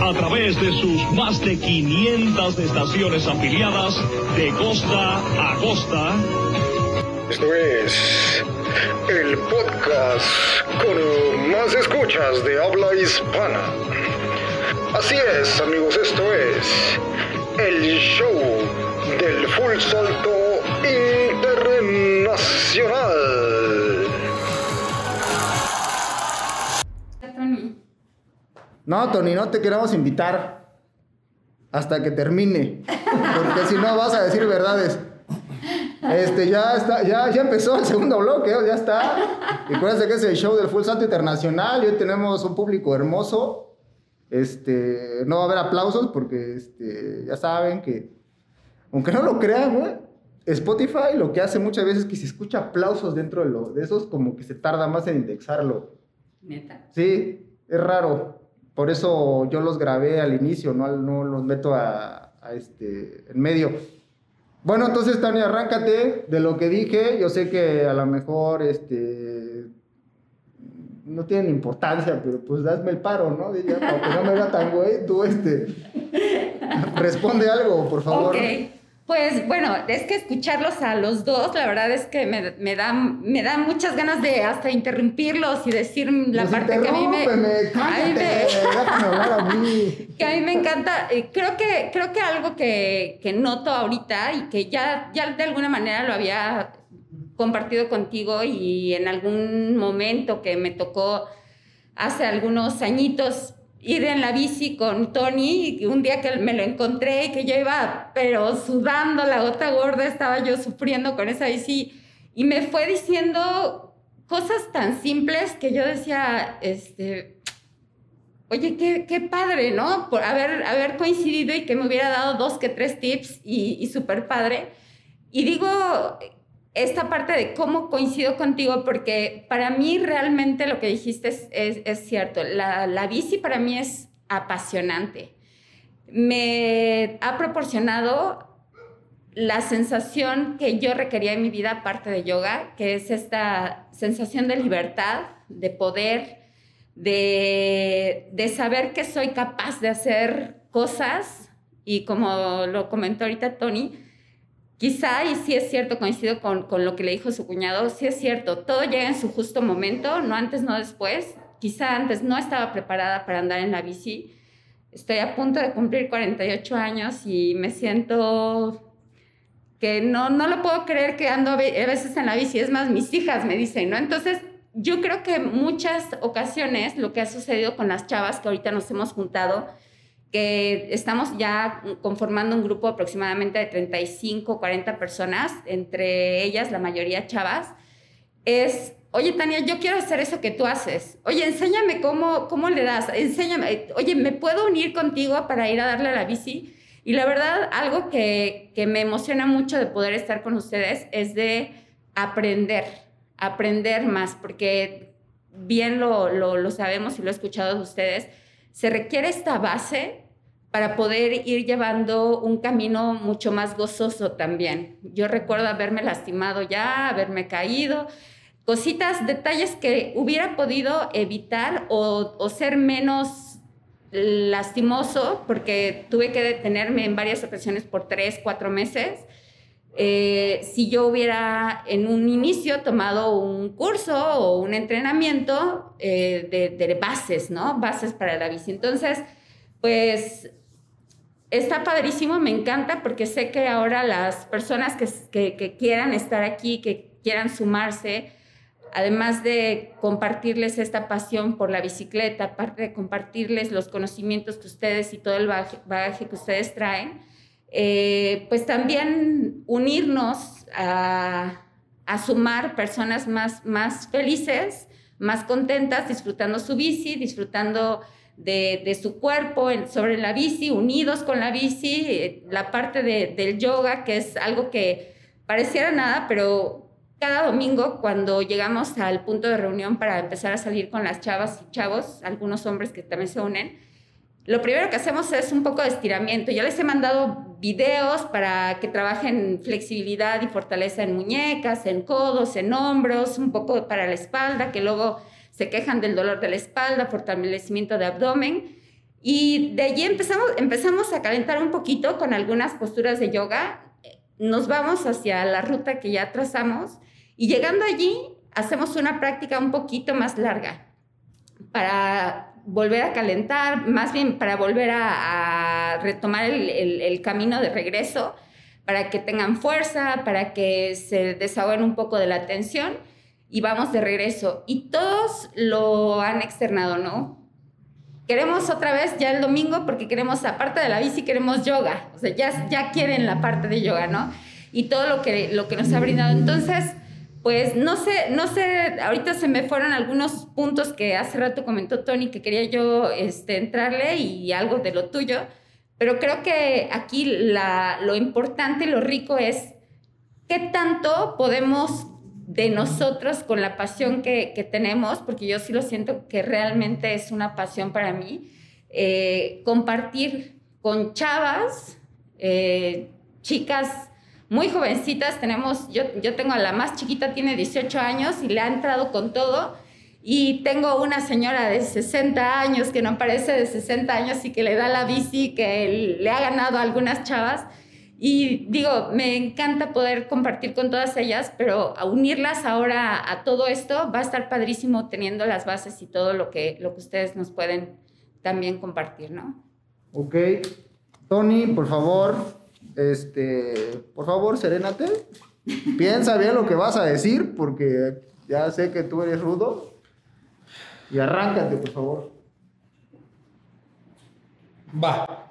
a través de sus más de 500 estaciones afiliadas de costa a costa. Esto es el podcast con más escuchas de habla hispana. Así es, amigos, esto es el show del Full Salto Internacional. No, Tony, no te queremos invitar hasta que termine, porque si no vas a decir verdades. Ya empezó el segundo bloque, ya está. Y acuérdense que es el show del Full Salto Internacional y hoy tenemos un público hermoso. No va a haber aplausos porque ya saben que, aunque no lo crean, güey, Spotify lo que hace muchas veces es que si escucha aplausos dentro de esos, como que se tarda más en indexarlo. ¿Neta? Sí, es raro. Por eso yo los grabé al inicio, no los meto en medio. Bueno, entonces, Tania, arráncate de lo que dije. Yo sé que a lo mejor no tienen importancia, pero pues hazme el paro, ¿no? Para que no me vea tan güey, tú responde algo, por favor. Ok, pues bueno, es que escucharlos a los dos, la verdad es que me da muchas ganas de hasta interrumpirlos y decir la pues parte que a mí déjame hablar a mí. Que a mí me encanta. Creo que algo que noto ahorita y que ya de alguna manera lo había compartido contigo y en algún momento que me tocó hace algunos añitos ir en la bici con Tony, y un día que me lo encontré y que yo iba pero sudando la gota gorda, estaba yo sufriendo con esa bici y me fue diciendo cosas tan simples que yo decía, oye, qué padre, ¿no? Por haber coincidido y que me hubiera dado 2 que 3 tips y súper padre. Y digo esta parte de cómo coincido contigo, porque para mí realmente lo que dijiste es cierto. La bici para mí es apasionante. Me ha proporcionado la sensación que yo requería en mi vida, aparte de yoga, que es esta sensación de libertad, de poder, de saber que soy capaz de hacer cosas. Y como lo comentó ahorita Tony, quizá, y sí es cierto, coincido con lo que le dijo su cuñado, sí es cierto, todo llega en su justo momento, no antes, no después. Quizá antes no estaba preparada para andar en la bici. Estoy a punto de cumplir 48 años y me siento que no lo puedo creer que ando a veces en la bici. Es más, mis hijas me dicen, ¿no? Entonces, yo creo que en muchas ocasiones lo que ha sucedido con las chavas que ahorita nos hemos juntado, que estamos ya conformando un grupo aproximadamente de 35, 40 personas, entre ellas la mayoría chavas, es, oye, Tania, yo quiero hacer eso que tú haces. Oye, enséñame cómo le das. Enséñame. Oye, ¿me puedo unir contigo para ir a darle a la bici? Y la verdad, algo que me emociona mucho de poder estar con ustedes es de aprender más, porque bien lo sabemos y lo he escuchado de ustedes, se requiere esta base para poder ir llevando un camino mucho más gozoso también. Yo recuerdo haberme lastimado ya, haberme caído, cositas, detalles que hubiera podido evitar o ser menos lastimoso, porque tuve que detenerme en varias ocasiones por 3, 4 meses. Si yo hubiera en un inicio tomado un curso o un entrenamiento de bases, ¿no? Bases para la bici. Entonces, pues está padrísimo, me encanta, porque sé que ahora las personas que quieran estar aquí, que quieran sumarse, además de compartirles esta pasión por la bicicleta, aparte de compartirles los conocimientos que ustedes y todo el bagaje que ustedes traen, pues también unirnos a sumar personas más felices, más contentas, disfrutando su bici, disfrutando de su cuerpo sobre la bici, unidos con la bici, la parte del yoga, que es algo que pareciera nada, pero cada domingo cuando llegamos al punto de reunión para empezar a salir con las chavas y chavos, algunos hombres que también se unen, lo primero que hacemos es un poco de estiramiento. Yo les he mandado videos para que trabajen flexibilidad y fortaleza en muñecas, en codos, en hombros, un poco para la espalda, que luego se quejan del dolor de la espalda, fortalecimiento de abdomen. Y de allí empezamos a calentar un poquito con algunas posturas de yoga. Nos vamos hacia la ruta que ya trazamos y llegando allí hacemos una práctica un poquito más larga para volver a calentar, más bien para volver a retomar el camino de regreso, para que tengan fuerza, para que se desahoguen un poco de la tensión y vamos de regreso. Y todos lo han externado, ¿no? Queremos otra vez ya el domingo porque queremos, aparte de la bici, queremos yoga. O sea, ya quieren la parte de yoga, ¿no? Y todo lo que nos ha brindado. Entonces, pues no sé, ahorita se me fueron algunos puntos que hace rato comentó Tony que quería yo entrarle y algo de lo tuyo, pero creo que aquí lo importante, lo rico es qué tanto podemos de nosotros con la pasión que tenemos, porque yo sí lo siento que realmente es una pasión para mí, compartir con chavas, chicas muy jovencitas. Yo tengo a la más chiquita, tiene 18 años y le ha entrado con todo, y tengo una señora de 60 años que no parece de 60 años y que le da la bici, que le ha ganado a algunas chavas. Y digo, me encanta poder compartir con todas ellas, pero a unirlas ahora a todo esto va a estar padrísimo teniendo las bases y todo lo que ustedes nos pueden también compartir, ¿no? Ok. Tony, por favor, serénate. Piensa bien lo que vas a decir, porque ya sé que tú eres rudo. Y arráncate, por favor. Va.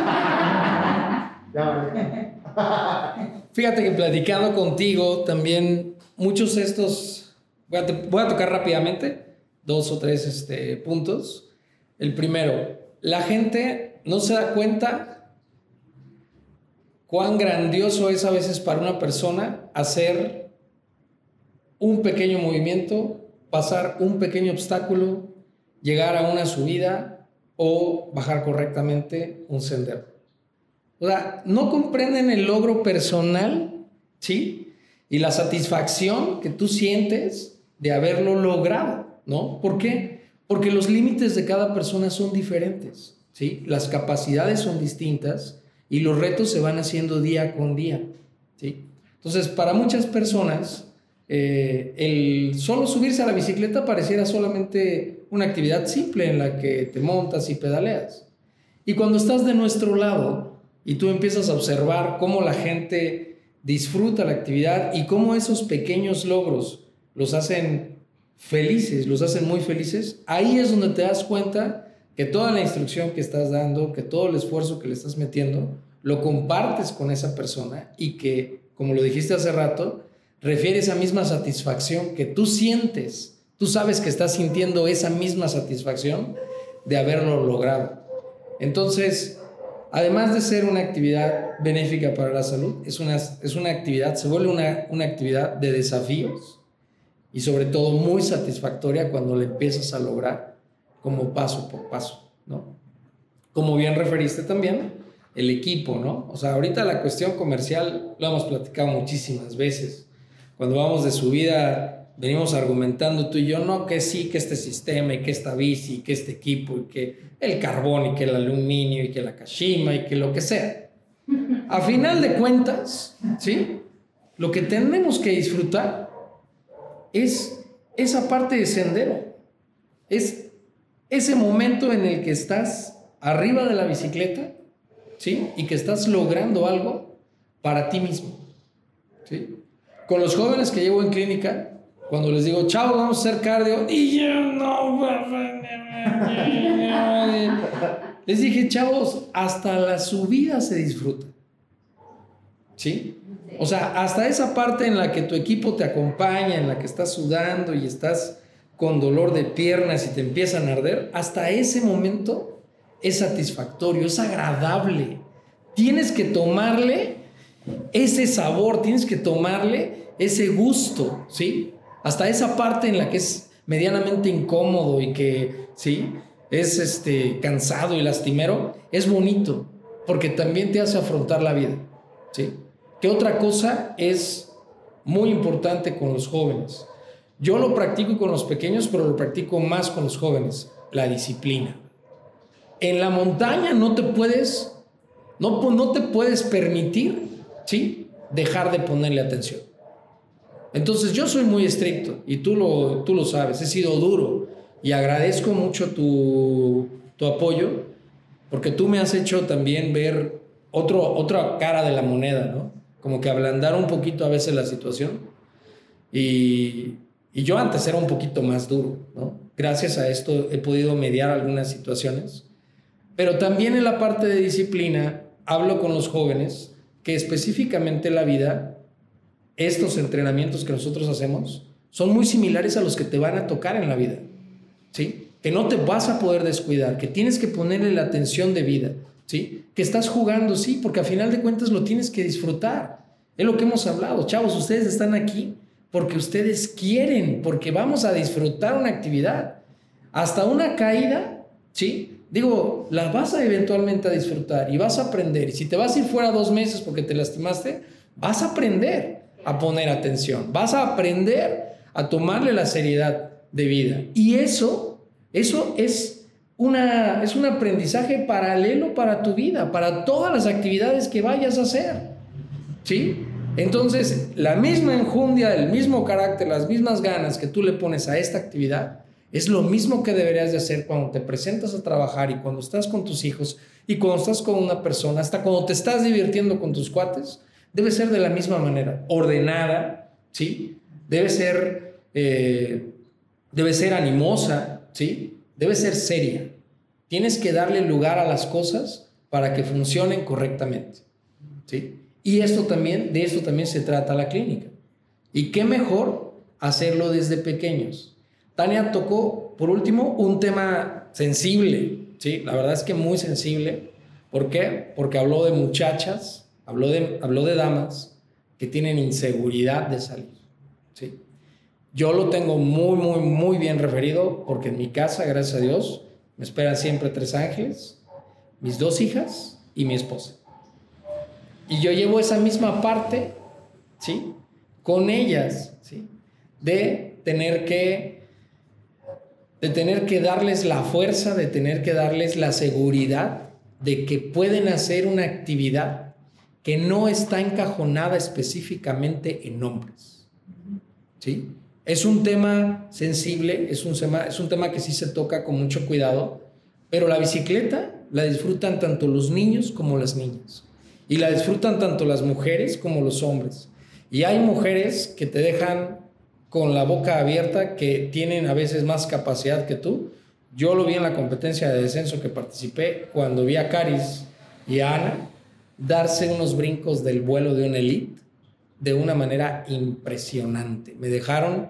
Ya vale. Fíjate que platicando contigo también muchos de estos, voy a tocar rápidamente 2 o 3 puntos. El primero, la gente no se da cuenta cuán grandioso es a veces para una persona hacer un pequeño movimiento, pasar un pequeño obstáculo, llegar a una subida o bajar correctamente un sendero. O sea, no comprenden el logro personal, ¿sí? Y la satisfacción que tú sientes de haberlo logrado, ¿no? ¿Por qué? Porque los límites de cada persona son diferentes, ¿sí? Las capacidades son distintas y los retos se van haciendo día con día, ¿sí? Entonces, para muchas personas, el solo subirse a la bicicleta pareciera solamente una actividad simple en la que te montas y pedaleas. Y cuando estás de nuestro lado y tú empiezas a observar cómo la gente disfruta la actividad y cómo esos pequeños logros los hacen felices, los hacen muy felices, ahí es donde te das cuenta que toda la instrucción que estás dando, que todo el esfuerzo que le estás metiendo, lo compartes con esa persona y que, como lo dijiste hace rato, refiere esa misma satisfacción que tú sientes. Tú sabes que estás sintiendo esa misma satisfacción de haberlo logrado. Entonces, además de ser una actividad benéfica para la salud, es una actividad, se vuelve una actividad de desafíos y sobre todo muy satisfactoria cuando la empiezas a lograr como paso por paso, ¿no? Como bien referiste también, el equipo, ¿no? O sea, ahorita la cuestión comercial lo hemos platicado muchísimas veces. Cuando vamos de subida, venimos argumentando tú y yo, no, que sí, que este sistema y que esta bici y que este equipo y que el carbón y que el aluminio y que la Kashima y que lo que sea. A final de cuentas, ¿sí? Lo que tenemos que disfrutar es esa parte de sendero. Es ese momento en el que estás arriba de la bicicleta, ¿sí? Y que estás logrando algo para ti mismo, ¿sí? Con los jóvenes que llevo en clínica, cuando les digo, chao, vamos a hacer cardio, y yo no, les dije, chavos, hasta la subida se disfruta, ¿sí? O sea, hasta esa parte en la que tu equipo te acompaña, en la que estás sudando y estás con dolor de piernas y te empiezan a arder, hasta ese momento es satisfactorio, es agradable. Tienes que tomarle ese sabor, tienes que tomarle ese gusto, ¿sí? Hasta esa parte en la que es medianamente incómodo y que, ¿sí? Es cansado y lastimero, es bonito, porque también te hace afrontar la vida, ¿sí? ¿Qué otra cosa es muy importante con los jóvenes? Yo lo practico con los pequeños, pero lo practico más con los jóvenes, la disciplina. en la montaña no te puedes permitir, ¿sí?, dejar de ponerle atención. Entonces yo soy muy estricto y tú lo sabes, he sido duro y agradezco mucho tu apoyo, porque tú me has hecho también ver otra cara de la moneda, ¿no? Como que ablandar un poquito a veces la situación. Y yo antes era un poquito más duro, ¿no? Gracias a esto he podido mediar algunas situaciones. Pero también en la parte de disciplina hablo con los jóvenes que específicamente en la vida, estos entrenamientos que nosotros hacemos son muy similares a los que te van a tocar en la vida, ¿sí? Que no te vas a poder descuidar, que tienes que ponerle la atención de vida, ¿sí? Que estás jugando, sí, porque a final de cuentas lo tienes que disfrutar. Es lo que hemos hablado. Chavos, ustedes están aquí porque ustedes quieren, porque vamos a disfrutar una actividad. Hasta una caída, ¿sí?, digo, la vas a eventualmente a disfrutar y vas a aprender. Y si te vas a ir fuera 2 meses porque te lastimaste, vas a aprender a poner atención, vas a aprender a tomarle la seriedad de vida. Y eso es un aprendizaje paralelo para tu vida, para todas las actividades que vayas a hacer, ¿sí? Entonces, la misma enjundia, el mismo carácter, las mismas ganas que tú le pones a esta actividad, es lo mismo que deberías de hacer cuando te presentas a trabajar y cuando estás con tus hijos y cuando estás con una persona, hasta cuando te estás divirtiendo con tus cuates. Debe ser de la misma manera, ordenada, ¿sí? Debe ser animosa, ¿sí? Debe ser seria. Tienes que darle lugar a las cosas para que funcionen correctamente, ¿sí? Y de esto también se trata la clínica. Y qué mejor hacerlo desde pequeños. Tania tocó, por último, un tema sensible, ¿sí? La verdad es que muy sensible. ¿Por qué? Porque habló de muchachas, habló de damas que tienen inseguridad de salir, ¿sí? Yo lo tengo muy, muy, muy bien referido, porque en mi casa, gracias a Dios, me esperan siempre 3 ángeles, mis 2 hijas y mi esposa. Y yo llevo esa misma parte, ¿sí?, con ellas, ¿sí?, de tener que darles la fuerza, de tener que darles la seguridad de que pueden hacer una actividad que no está encajonada específicamente en hombres, ¿sí? Es un tema sensible, es un tema que sí se toca con mucho cuidado, pero la bicicleta la disfrutan tanto los niños como las niñas, y la disfrutan tanto las mujeres como los hombres. Y hay mujeres que te dejan con la boca abierta, que tienen a veces más capacidad que tú. Yo lo vi en la competencia de descenso que participé, cuando vi a Caris y a Ana darse unos brincos del vuelo de un elite de una manera impresionante. Me dejaron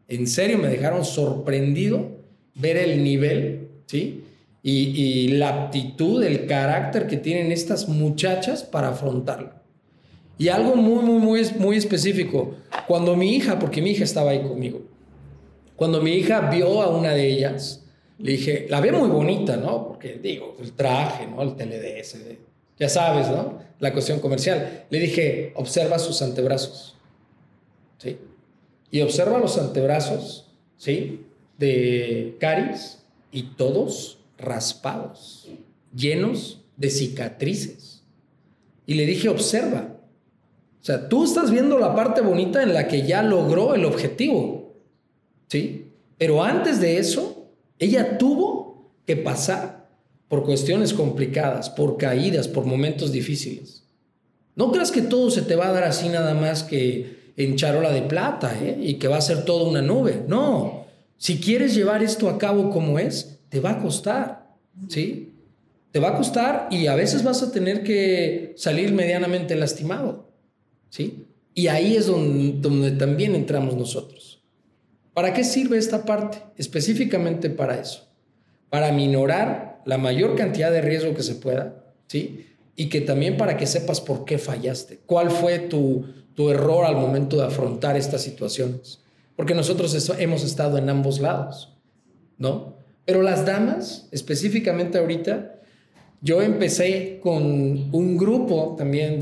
sorprendido ver el nivel, ¿sí?, y la aptitud, el carácter que tienen estas muchachas para afrontarlo. Y algo muy, muy, muy, muy específico. Cuando mi hija, porque mi hija estaba ahí conmigo, cuando mi hija vio a una de ellas, le dije, la ve muy bonita, ¿no? Porque digo, el traje, ¿no? El TLDS, ya sabes, ¿no? La cuestión comercial. Le dije, observa sus antebrazos, ¿sí? Y observa los antebrazos, ¿sí?, de Caris, y todos raspados, llenos de cicatrices. Y le dije, observa. O sea, tú estás viendo la parte bonita en la que ya logró el objetivo, ¿sí? Pero antes de eso, ella tuvo que pasar por cuestiones complicadas, por caídas, por momentos difíciles. No creas que todo se te va a dar así nada más que en charola de plata, y que va a ser toda una nube. No. Si quieres llevar esto a cabo como es, te va a costar, ¿sí? Te va a costar, y a veces vas a tener que salir medianamente lastimado, ¿sí? Y ahí es donde también entramos nosotros. ¿Para qué sirve esta parte? Específicamente para eso. Para minorar la mayor cantidad de riesgo que se pueda, ¿sí? Y que también para que sepas por qué fallaste. ¿Cuál fue tu error al momento de afrontar estas situaciones? Porque nosotros hemos estado en ambos lados, ¿no? Pero las damas, específicamente ahorita, yo empecé con un grupo también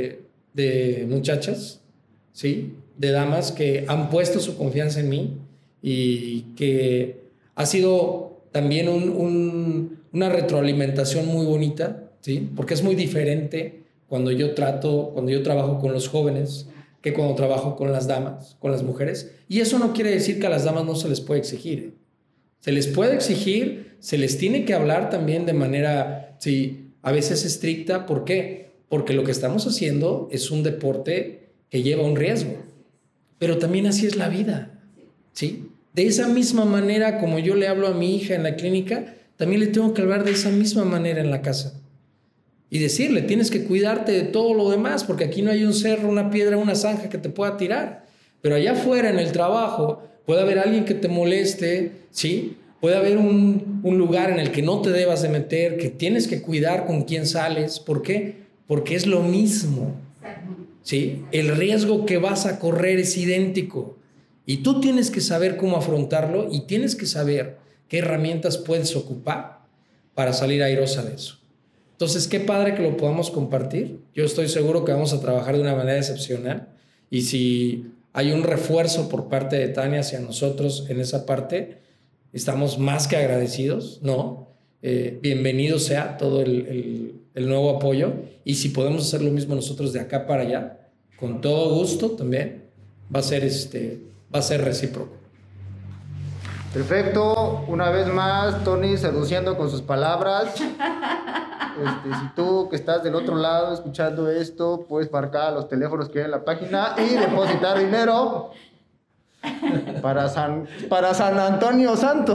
de muchachas, ¿sí?, de damas que han puesto su confianza en mí, y que ha sido también un una retroalimentación muy bonita, ¿sí? Porque es muy diferente cuando yo trabajo con los jóvenes que cuando trabajo con las damas, con las mujeres. Y eso no quiere decir que a las damas no se les puede exigir, ¿eh? Se les puede exigir, se les tiene que hablar también de manera, sí, a veces estricta. ¿Por qué? Porque lo que estamos haciendo es un deporte que lleva un riesgo. Pero también así es la vida, ¿sí? De esa misma manera como yo le hablo a mi hija en la clínica, también le tengo que hablar de esa misma manera en la casa. Y decirle, tienes que cuidarte de todo lo demás, porque aquí no hay un cerro, una piedra, una zanja que te pueda tirar. Pero allá afuera, en el trabajo, puede haber alguien que te moleste, ¿sí? Puede haber un lugar en el que no te debas de meter, que tienes que cuidar con quién sales. ¿Por qué? Porque es lo mismo, ¿sí? El riesgo que vas a correr es idéntico. Y tú tienes que saber cómo afrontarlo y tienes que saber qué herramientas puedes ocupar para salir airosa de eso. Entonces, qué padre que lo podamos compartir. Yo estoy seguro que vamos a trabajar de una manera excepcional. Y si hay un refuerzo por parte de Tania hacia nosotros en esa parte, estamos más que agradecidos, ¿no? Bienvenido sea todo el nuevo apoyo. Y si podemos hacer lo mismo nosotros de acá para allá, con todo gusto también, va a ser recíproco. Perfecto. Una vez más, Tony seduciendo con sus palabras. Si tú que estás del otro lado escuchando esto, puedes marcar los teléfonos que hay en la página y depositar dinero para San Antonio Santo.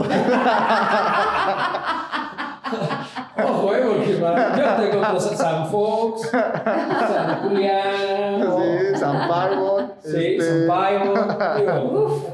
Ojo, porque yo tengo cosas San Fox, San Julián, sí, San Pablo. Sí, San Pablo.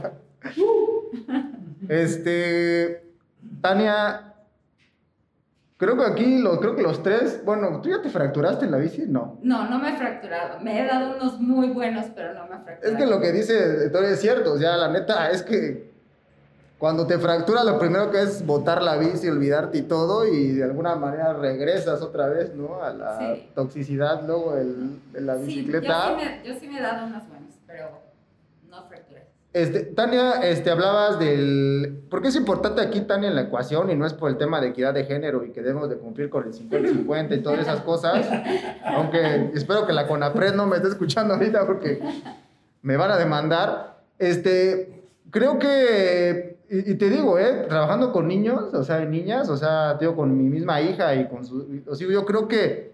Tania, creo que los tres, bueno, ¿tú ya te fracturaste en la bici? No. No me he fracturado. Me he dado unos muy buenos, pero no me he fracturado. Es que lo que dice Tony es cierto, o sea, la neta es que cuando te fracturas lo primero que es botar la bici, olvidarte y todo, y de alguna manera regresas otra vez, ¿no? A la toxicidad luego de la bicicleta. Yo sí me he dado unos buenos, pero no fracturé. Tania, hablabas del... ¿Por qué es importante aquí, Tania, en la ecuación? Y no es por el tema de equidad de género y que debemos de cumplir con el 50-50 y todas esas cosas. Aunque espero que la CONAPRED no me esté escuchando ahorita porque me van a demandar. Creo que... Y te digo, trabajando con niños, o sea, niñas, o sea, digo, con mi misma hija y con su... O sea, yo creo que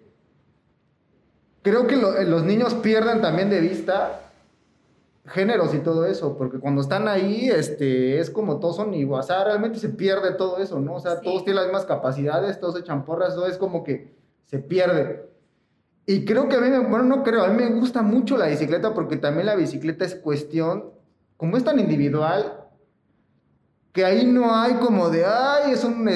los niños pierden también de vista géneros y todo eso, porque cuando están ahí, es como todos son igual, o sea, realmente se pierde todo eso, ¿no? O sea, todos tienen las mismas capacidades, todos echan porras, todo es como que se pierde. Y creo que a mí me gusta mucho la bicicleta porque también la bicicleta es cuestión, como es tan individual, que ahí no hay como de, es un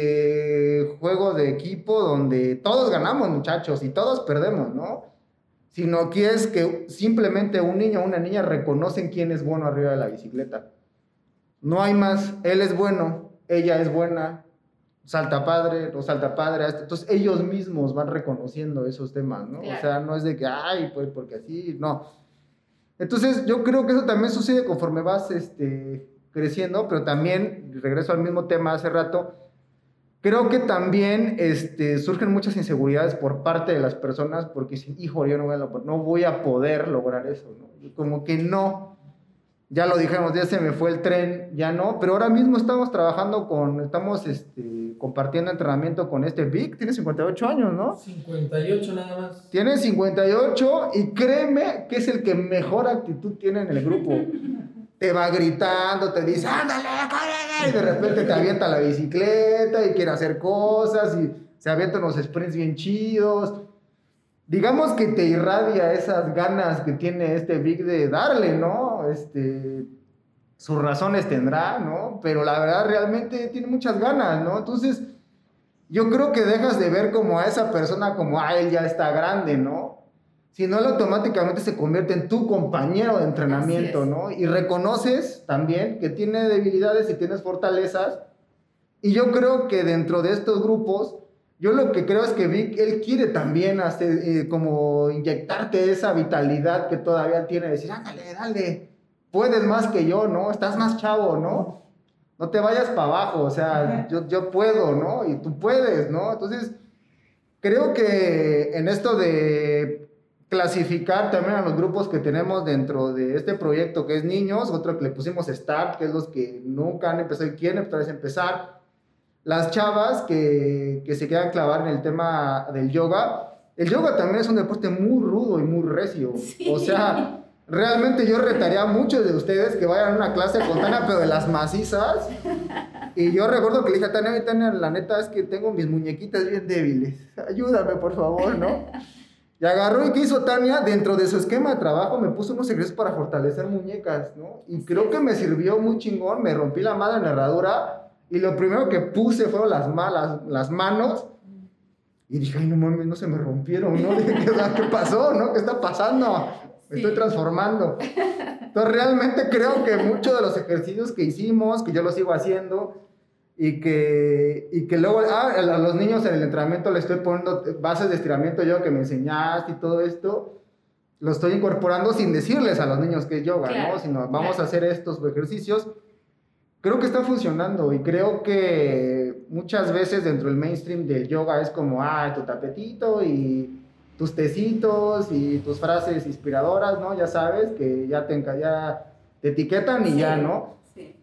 juego de equipo donde todos ganamos, muchachos, y todos perdemos, ¿no? Sino que es que simplemente un niño o una niña reconocen quién es bueno arriba de la bicicleta. No hay más, él es bueno, ella es buena, salta padre, o salta padre, entonces ellos mismos van reconociendo esos temas, ¿no? Claro. O sea, no es de que, pues porque así, no. Entonces yo creo que eso también sucede conforme vas, creciendo, pero también, regreso al mismo tema hace rato, creo que también surgen muchas inseguridades por parte de las personas porque dicen, hijo, yo no voy a poder lograr eso, ¿no? Como que no, ya lo dijimos, ya se me fue el tren, ya no, pero ahora mismo estamos trabajando compartiendo entrenamiento con Vic, tiene 58 años, ¿no? 58 nada más. Tiene 58 y créeme que es el que mejor actitud tiene en el grupo. Te va gritando, te dice, ándale, córrele, y de repente te avienta la bicicleta y quiere hacer cosas y se avienta unos sprints bien chidos. Digamos que te irradia esas ganas que tiene Vic de darle, ¿no? Sus razones tendrá, ¿no? Pero la verdad realmente tiene muchas ganas, ¿no? Entonces, yo creo que dejas de ver como a esa persona como, él ya está grande, ¿no? Sino él automáticamente se convierte en tu compañero de entrenamiento, ¿no? Y reconoces también que tiene debilidades y tienes fortalezas. Y yo creo que dentro de estos grupos, yo lo que creo es que Vic, él quiere también hacer, como inyectarte esa vitalidad que todavía tiene, decir, ándale, dale, puedes más que yo, ¿no? Estás más chavo, ¿no? no te vayas para abajo, o sea, yo puedo, ¿no? Y tú puedes, ¿no? Entonces, creo que en esto de clasificar también a los grupos que tenemos dentro de este proyecto, que es niños, otro que le pusimos Start, que es los que nunca han empezado y quieren otra vez empezar, las chavas que se quieran clavar en el tema del yoga. El yoga también es un deporte muy rudo y muy recio, Sí. O sea, realmente yo retaría a muchos de ustedes que vayan a una clase con Tania, pero de las macizas. Y yo recuerdo que le dije a Tania, la neta es que tengo mis muñequitas bien débiles. Ayúdame, por favor, ¿no? Y agarró y ¿qué hizo Tania? Dentro de su esquema de trabajo me puso unos ejercicios para fortalecer muñecas, ¿no? Y creo que me sirvió muy chingón. Me rompí la madre en la herradura y lo primero que puse fueron las manos. Y dije, ay, no mames, no se me rompieron, ¿no? Dije, ¿qué pasó, no? ¿Qué está pasando? Me estoy transformando. Entonces, realmente creo que muchos de los ejercicios que hicimos, que yo los sigo haciendo, y que luego a los niños en el entrenamiento les estoy poniendo bases de estiramiento yo que me enseñaste y todo esto, lo estoy incorporando sin decirles a los niños que es yoga, claro, ¿no? Sino vamos a hacer estos ejercicios. Creo que están funcionando y creo que muchas veces dentro del mainstream del yoga es como, tu tapetito y tus tecitos y tus frases inspiradoras, ¿no? Ya sabes que ya te etiquetan y ya, ¿no?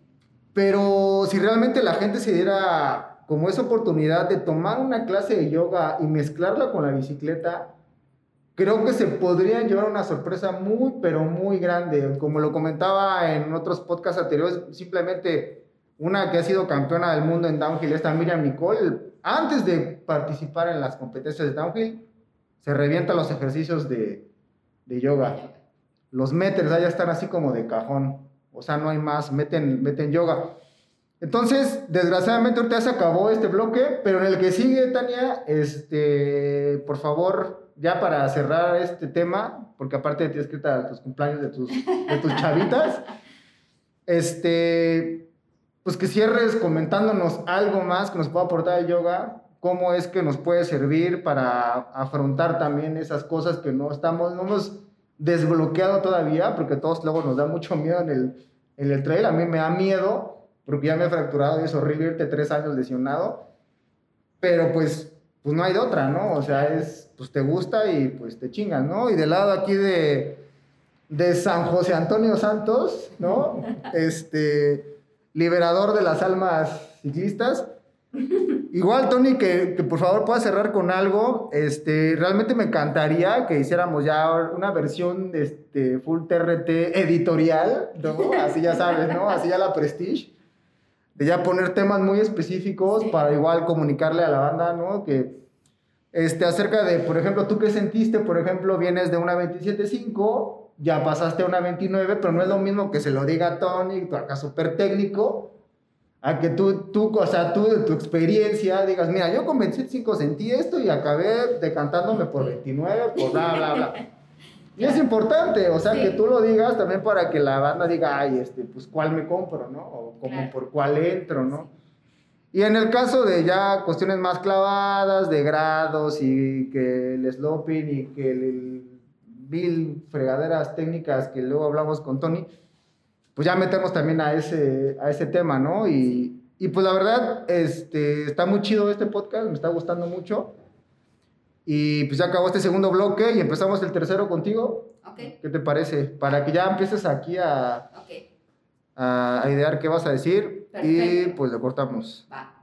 Pero si realmente la gente se diera como esa oportunidad de tomar una clase de yoga y mezclarla con la bicicleta, creo que se podrían llevar una sorpresa muy, pero muy grande. Como lo comentaba en otros podcasts anteriores, simplemente una que ha sido campeona del mundo en downhill, esta Miriam Nicole, antes de participar en las competencias de downhill, se revienta los ejercicios de yoga. Los meters ya están así como de cajón. O sea, no hay más, meten yoga. Entonces, desgraciadamente ahorita se acabó este bloque, pero en el que sigue, Tania, por favor, ya para cerrar este tema, porque aparte tienes que ir a tus cumpleaños de tus chavitas, pues que cierres comentándonos algo más que nos pueda aportar el yoga, cómo es que nos puede servir para afrontar también esas cosas que no hemos desbloqueado todavía, porque todos luego nos da mucho miedo en el trail. A mí me da miedo, porque ya me he fracturado y es horrible irte 3 años lesionado, pero pues no hay de otra, ¿no? O sea, pues te gusta y pues te chingas, ¿no? Y del lado aquí de San José Antonio Santos, ¿no? Liberador de las almas ciclistas. Igual, Tony, que por favor puedas cerrar con algo. Realmente me encantaría que hiciéramos ya una versión de full TRT editorial, ¿no? Así ya sabes, ¿no? Así ya la Prestige. De ya poner temas muy específicos para igual comunicarle a la banda, ¿no? Que acerca de, por ejemplo, tú qué sentiste, por ejemplo, vienes de una 27.5, ya pasaste a una 29, pero no es lo mismo que se lo diga Tony, tú acá súper técnico, a que tú de tu experiencia digas, mira, yo con 27.5 sentí esto y acabé decantándome por 29, por bla, bla, bla. Y es importante, o sea, que tú lo digas también para que la banda diga, ay, pues, ¿cuál me compro, no? O como claro, por cuál entro, ¿no? Y en el caso de ya cuestiones más clavadas, de grados y que el sloping y que el mil fregaderas técnicas que luego hablamos con Tony, pues ya metemos también a ese tema, ¿no? Y pues la verdad, está muy chido este podcast, me está gustando mucho. Y pues ya acabó este segundo bloque y empezamos el tercero contigo. Okay. ¿Qué te parece? Para que ya empieces aquí a idear qué vas a decir. Perfecto. Y pues le cortamos. Va.